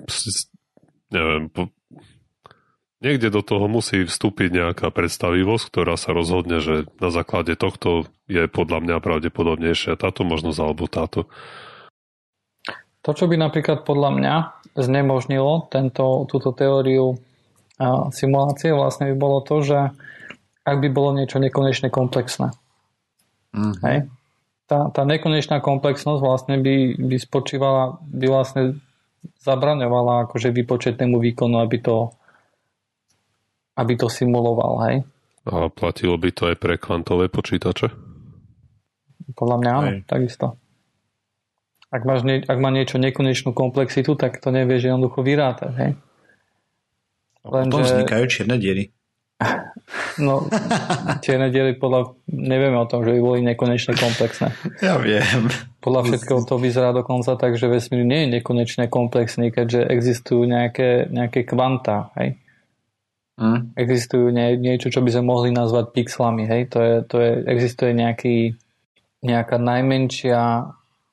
neviem, po... niekde do toho musí vstúpiť nejaká predstavivosť, ktorá sa rozhodne, že na základe tohto je podľa mňa pravdepodobnejšia táto možnosť alebo táto.
To, čo by napríklad podľa mňa znemožnilo tento, túto teóriu a, simulácie, vlastne by bolo to, že ak by bolo niečo nekonečne komplexné. Mm-hmm. Hej? Tá, tá nekonečná komplexnosť vlastne by, by spočívala, by vlastne zabraňovala akože výpočetnému výkonu, aby to aby to simuloval, hej.
A platilo by to aj pre kvantové počítače?
Podľa mňa áno, takisto. Ak, máš nie, ak má niečo nekonečnú komplexitu, tak to nevieš jednoducho vyrátať, hej.
Len, potom že... vznikajú čierne diery.
No, čierne diery podľa... Nevieme o tom, že by boli nekonečne komplexné.
Ja viem.
Podľa všetkého to vyzerá dokonca tak, že vesmír nie je nekonečne komplexný, keďže existujú nejaké, nejaké kvantá, hej. Hmm. Existujú nie, niečo, čo by sme mohli nazvať pixelami, hej. To je, to je, existuje nejaký, nejaká najmenšia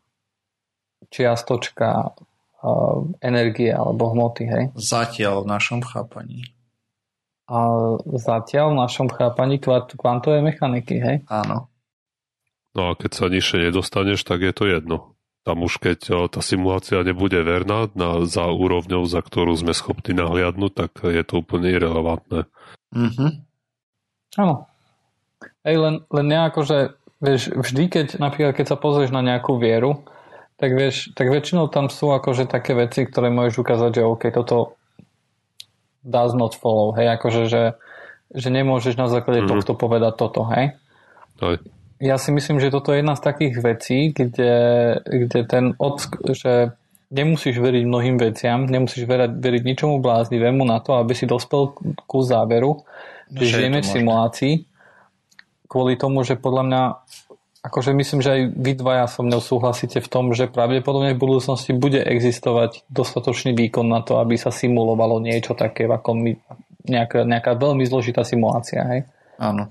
čiastočka uh, energie alebo hmoty, hej.
Zatiaľ v našom chápaní.
A zatiaľ v našom chápaní kvantovej mechaniky, hej?
Áno.
No a keď sa nižšie nedostaneš, tak je to jedno. Tam už keď tá simulácia nebude verná na, za úrovňou, za ktorú sme schopní nahliadnúť, tak je to úplne irelevantné.
Mhm.
Áno. Ej, len, len nejako, že vieš, vždy, keď napríklad, keď sa pozrieš na nejakú vieru, tak vieš, tak väčšinou tam sú akože také veci, ktoré môžeš ukázať, že OK, toto does not follow, hej, akože, že, že nemôžeš na základe mm-hmm. tohto povedať toto, hej.
Aj.
Ja si myslím, že toto je jedna z takých vecí, kde, kde ten odsk- že nemusíš veriť mnohým veciam, nemusíš veriť, veriť ničomu bláznivému na to, aby si dospel ku záveru, no, že žijeme v simulácii, kvôli tomu, že podľa mňa akože myslím, že aj vy dvaja so mnou súhlasíte v tom, že pravdepodobne v budúcnosti bude existovať dostatočný výkon na to, aby sa simulovalo niečo také, ako my, nejaká, nejaká veľmi zložitá simulácia, hej?
Áno.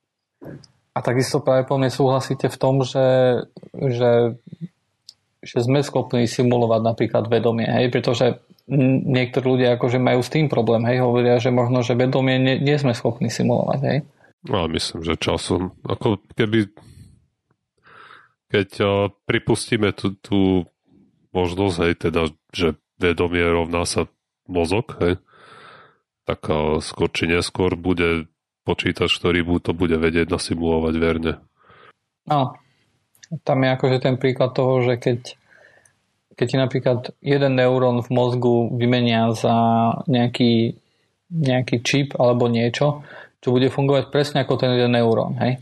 A takisto pravdepodobne súhlasíte v tom, že, že, že sme schopní simulovať napríklad vedomie, hej? Pretože niektorí ľudia akože majú s tým problém, hej? Hovoria, že možno, že vedomie nie, nie sme schopní simulovať, hej?
No, myslím, že časom, ako keby keď uh, pripustíme tú, tú možnosť, hej, teda, že vedomie rovná sa mozog, hej, tak uh, skôr či neskôr bude počítač, ktorý to bude vedieť nasimulovať verne.
Áno. Tam je akože ten príklad toho, že keď, keď ti napríklad jeden neurón v mozgu vymenia za nejaký, nejaký čip alebo niečo, čo bude fungovať presne ako ten jeden neurón, hej?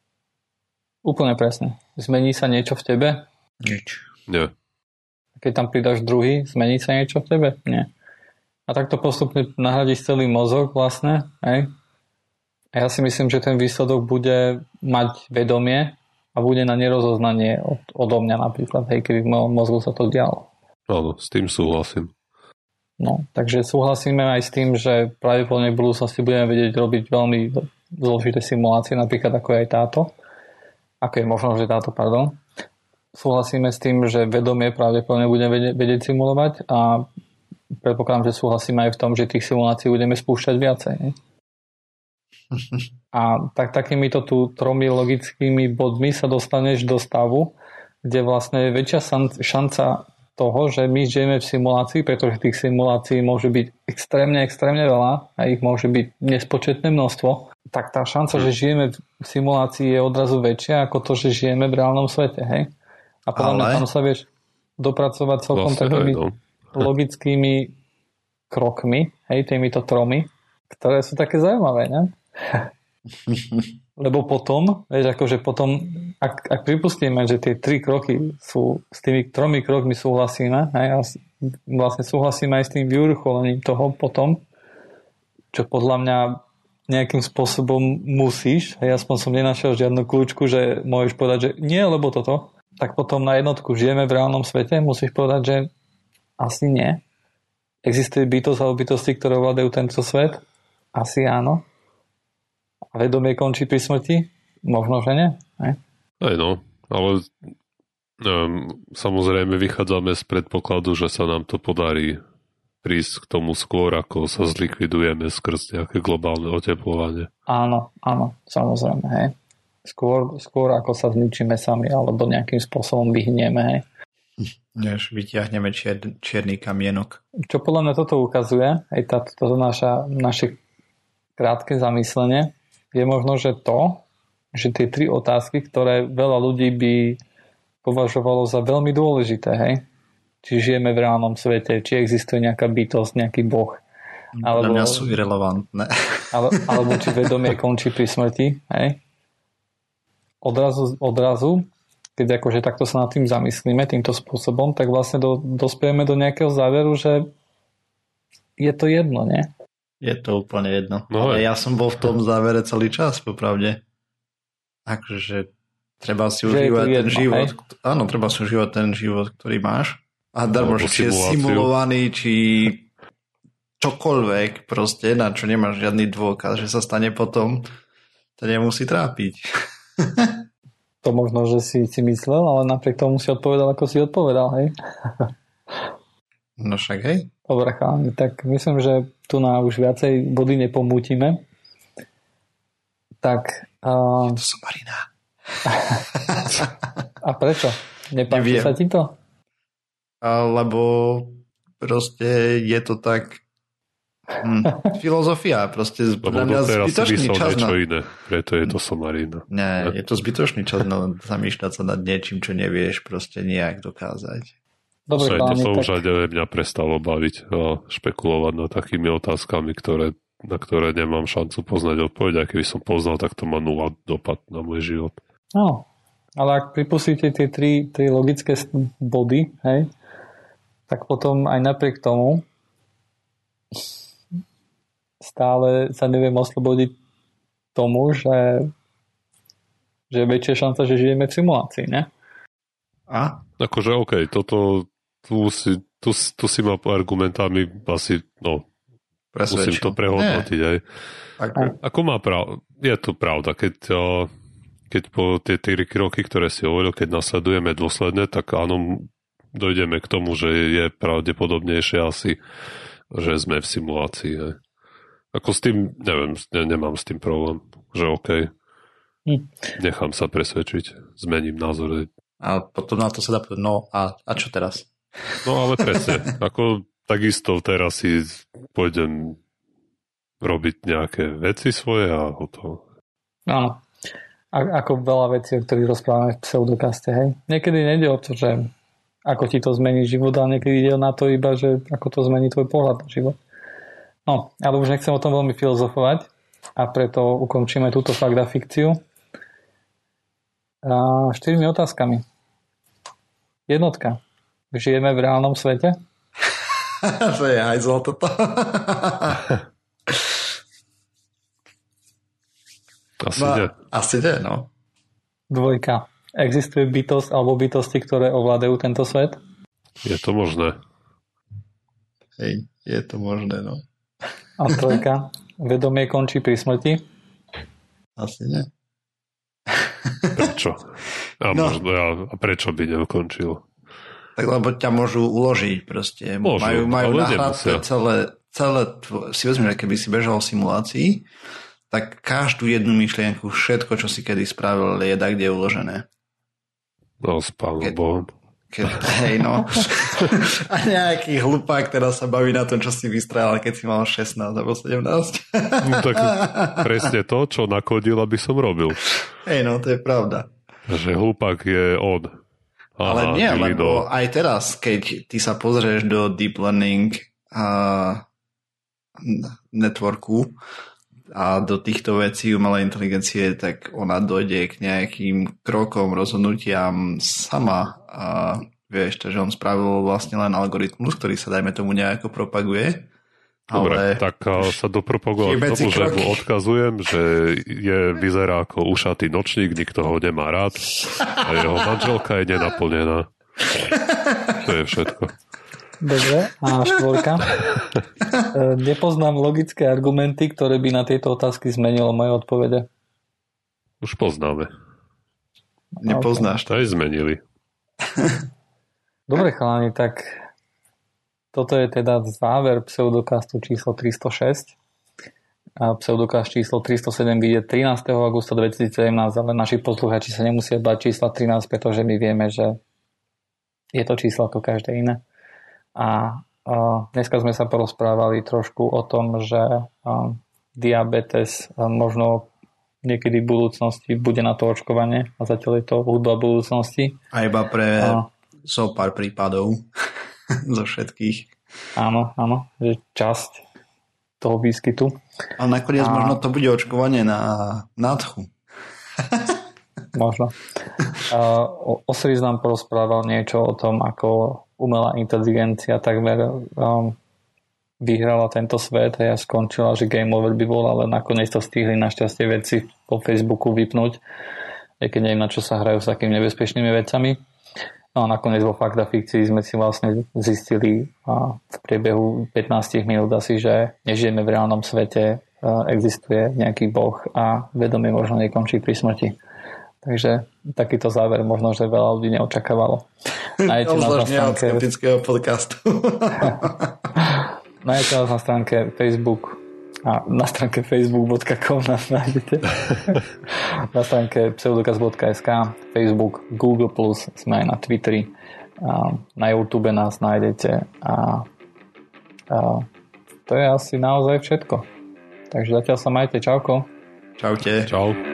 Úplne presne. Zmení sa niečo v tebe?
Nič.
Nie.
Keď tam pridáš druhý, zmení sa niečo v tebe? Nie. A takto postupne nahradíš celý mozog vlastne, hej? A ja si myslím, že ten výsledok bude mať vedomie a bude na nerozoznanie od, odo mňa napríklad, hej, keby v mojom mozgu sa to dialo.
Áno, s tým súhlasím.
No, takže súhlasíme aj s tým, že pravdepodobne v budúcnosti budeme vedieť robiť veľmi zložité simulácie, napríklad ako je aj táto. Ako je možno, že táto, pardon. Súhlasíme s tým, že vedomie pravdepodobne budeme vedieť, vedieť simulovať a predpokladám, že súhlasíme aj v tom, že tých simulácií budeme spúšťať viacej. A tak takýmito tu tromi logickými bodmi sa dostaneš do stavu, kde vlastne je väčšia šanca toho, že my žijeme v simulácii, pretože tých simulácií môže byť extrémne, extrémne veľa a ich môže byť nespočetné množstvo, tak tá šanca, že žijeme v simulácii je odrazu väčšia ako to, že žijeme v reálnom svete, hej? A podľa mňa tam sa vieš dopracovať celkom vlastne takými no. logickými krokmi, hej, týmito tromi, ktoré sú také zaujímavé, ne? Lebo potom, vieš, akože potom, ak, ak pripustíme, že tie tri kroky sú, s tými tromi krokmi súhlasíme, hej, a vlastne súhlasíme aj s tým vyvrcholením toho potom, čo podľa mňa nejakým spôsobom musíš, hej, aspoň som nenašiel žiadnu kľúčku, že môžeš povedať, že nie, lebo toto, tak potom na jednotku žijeme v reálnom svete, musíš povedať, že asi nie. Existuje bytosť alebo bytosti, ktoré ovládajú tento svet? Asi áno. A vedomie končí pri smrti? Možno, že nie. Ne?
Aj no, ale um, samozrejme vychádzame z predpokladu, že sa nám to podarí prísť k tomu skôr, ako sa zlikvidujeme skrz nejaké globálne oteplovanie.
Áno, áno, samozrejme, hej. Skôr, skôr ako sa zničíme sami, alebo nejakým spôsobom vyhneme, hej.
Než vyťahneme čier, čierny kamienok.
Čo podľa mňa toto ukazuje, aj táto, toto naša, naše krátke zamyslenie, je možno, že to, že tie tri otázky, ktoré veľa ľudí by považovalo za veľmi dôležité, hej, či žijeme v reálnom svete, či existuje nejaká bytosť, nejaký boh.
Alebo, mňa sú irelevantné.
Ale, alebo či vedomie končí pri smrti. Hej? Odrazu, odrazu, keď akože takto sa nad tým zamyslíme, týmto spôsobom, tak vlastne do, dospieme do nejakého záveru, že je to jedno, nie?
Je to úplne jedno.
No,
ale ja som bol v tom závere celý čas, popravde. Akože treba si užívať ten jedno, život. Hej? Áno, treba si užívať ten život, ktorý máš. A darmo, či je simulovaný, či čokoľvek proste, na čo nemáš žiadny dôkaz, že sa stane potom, to nemusí trápiť.
To možno, že si si myslel, ale napriek tomu si odpovedal, ako si odpovedal, hej?
No však, hej.
Dobre, chalani, tak myslím, že tu na už viacej body nepomútime. Tak... Uh...
Je to somarina.
A prečo? Nepáči sa ti to?
Lebo proste je to tak hm, filozofia, proste
podľa mňa zbytočný čas na... iné, preto je to somarina.
Nie, je to zbytočný čas na zamýšľať sa nad niečím, čo nevieš proste nejak dokázať.
Dobre,
Saj,
páni,
to
tak...
už aj mňa prestalo baviť a špekulovať nad takými otázkami, ktoré, na ktoré nemám šancu poznať odpoveď. A keby som poznal, tak to má nula dopad na môj život.
No, ale ak pripustíte tie tri, tri logické body, hej, tak potom aj napriek tomu stále sa neviem oslobodiť tomu, že, že je väčšia šanca, že žijeme v simulácii, ne?
A?
Akože okej, okay, toto tu si, tu, tu si ma argumentami asi, no, presvedčil. Musím to prehodnotiť aj.
Ako,
Ako má pravda? Je to pravda, keď, keď po tie tri roky, ktoré si hovoril, keď nasledujeme dôsledne, tak áno, dojdeme k tomu, že je pravdepodobnejšie asi, že sme v simulácii. Aj. Ako s tým, neviem, ne, nemám s tým problém, že okej, okay, hm. nechám sa presvedčiť, zmením názor.
A potom na to sa dá povedať, no a, a čo teraz?
No ale presne, ako takisto teraz si pôjdem robiť nejaké veci svoje a hotovo.
Áno, a, ako veľa vecí, o ktorých rozprávame v pseudokaste, hej. Niekedy nejde o to, že ako ti to zmení život, ale niekedy ide na to iba, že ako to zmení tvoj pohľad na život. No, ale už nechcem o tom veľmi filozofovať a preto ukončíme túto fakt a fikciu a štyrmi otázkami. Jednotka. Žijeme v reálnom svete?
To je hajzlo toto.
Asi
no,
nie.
Asi nie, no.
Dvojka. Existuje bytosť alebo bytosti, ktoré ovládajú tento svet?
Je to možné.
Hej, je to možné, no.
A trojka. Vedomie končí pri smrti?
Asi nie.
Prečo? A, no. možno, a prečo by neukončil?
Tak lebo ťa môžu uložiť proste.
Môžu,
majú majú
nahradné
celé, celé tvo... si vezmi, že keby si bežal v simulácii, tak každú jednu myšlienku, všetko, čo si kedy spravil, je tak, kde je uložené.
No, s pánom
Ke...
Bohom.
Ke... Hej, no. A nejaký hlupák teraz sa baví na tom, čo si vystrajal, keď si mal šestnásť alebo sedemnásť.
No tak presne to, čo nakodil, aby som robil.
Hej, no, to je pravda.
Že hlupák je on. Aha,
ale nie, lebo
do...
aj teraz, keď ty sa pozrieš do deep learning uh, networku a do týchto vecí umelej inteligencie, tak ona dojde k nejakým krokom, rozhodnutiam sama a vieš, takže on spravil vlastne len algoritmus, ktorý sa dajme tomu nejako propaguje.
Dobre,
ale...
tak sa dopropagoval k tomu, že mu odkazujem, že je, vyzerá ako ušatý nočník, nikto ho nemá rád a jeho manželka je nenaplnená. To je všetko.
Dobre, a štvorka. Nepoznám logické argumenty, ktoré by na tieto otázky zmenilo moje odpovede.
Už poznáme.
Nepoznáš
to? Aj zmenili.
Dobre, chalani, tak toto je teda záver pseudokastu číslo tristošesť. A pseudokast číslo tristosedem vyjde trinásteho augusta dvetisícsedemnásť, ale naši poslucháči sa nemusia bať čísla trinásť, pretože my vieme, že je to číslo ako každé iné. A, a dneska sme sa porozprávali trošku o tom, že a, diabetes a možno niekedy v budúcnosti bude na to očkovanie a zatiaľ je to hudba budúcnosti.
A iba pre a, so pár prípadov zo všetkých.
Áno, áno, že časť toho výskytu.
A nakoniec a... možno to bude očkovanie na nádchu.
Možno. Uh, Osiris nám porozprával niečo o tom, ako umelá inteligencia takmer um, vyhrala tento svet a ja skončila, že game over by bol, ale nakoniec to stihli našťastie veci po Facebooku vypnúť, aj keď neviem, na čo sa hrajú s takými nebezpečnými vecami. No a nakoniec vo Fakta Fikcii sme si vlastne zistili a v priebehu pätnásť minút asi, že nežijeme v reálnom svete, existuje nejaký boh a vedomie možno nekončí pri smrti. Takže takýto záver možno, že veľa ľudí neočakávalo.
Nájdete nás na stránke skeptického podcastu.
Nájdete nás na stránke Facebook a na stránke facebook bodka com nás nájdete. Na stránke pseudokaz bodka es ká, Facebook, Google plus, sme aj na Twitteri. A na YouTube nás nájdete a, a to je asi naozaj všetko. Takže zatiaľ sa majte. Čauko.
Čaute.
Čau.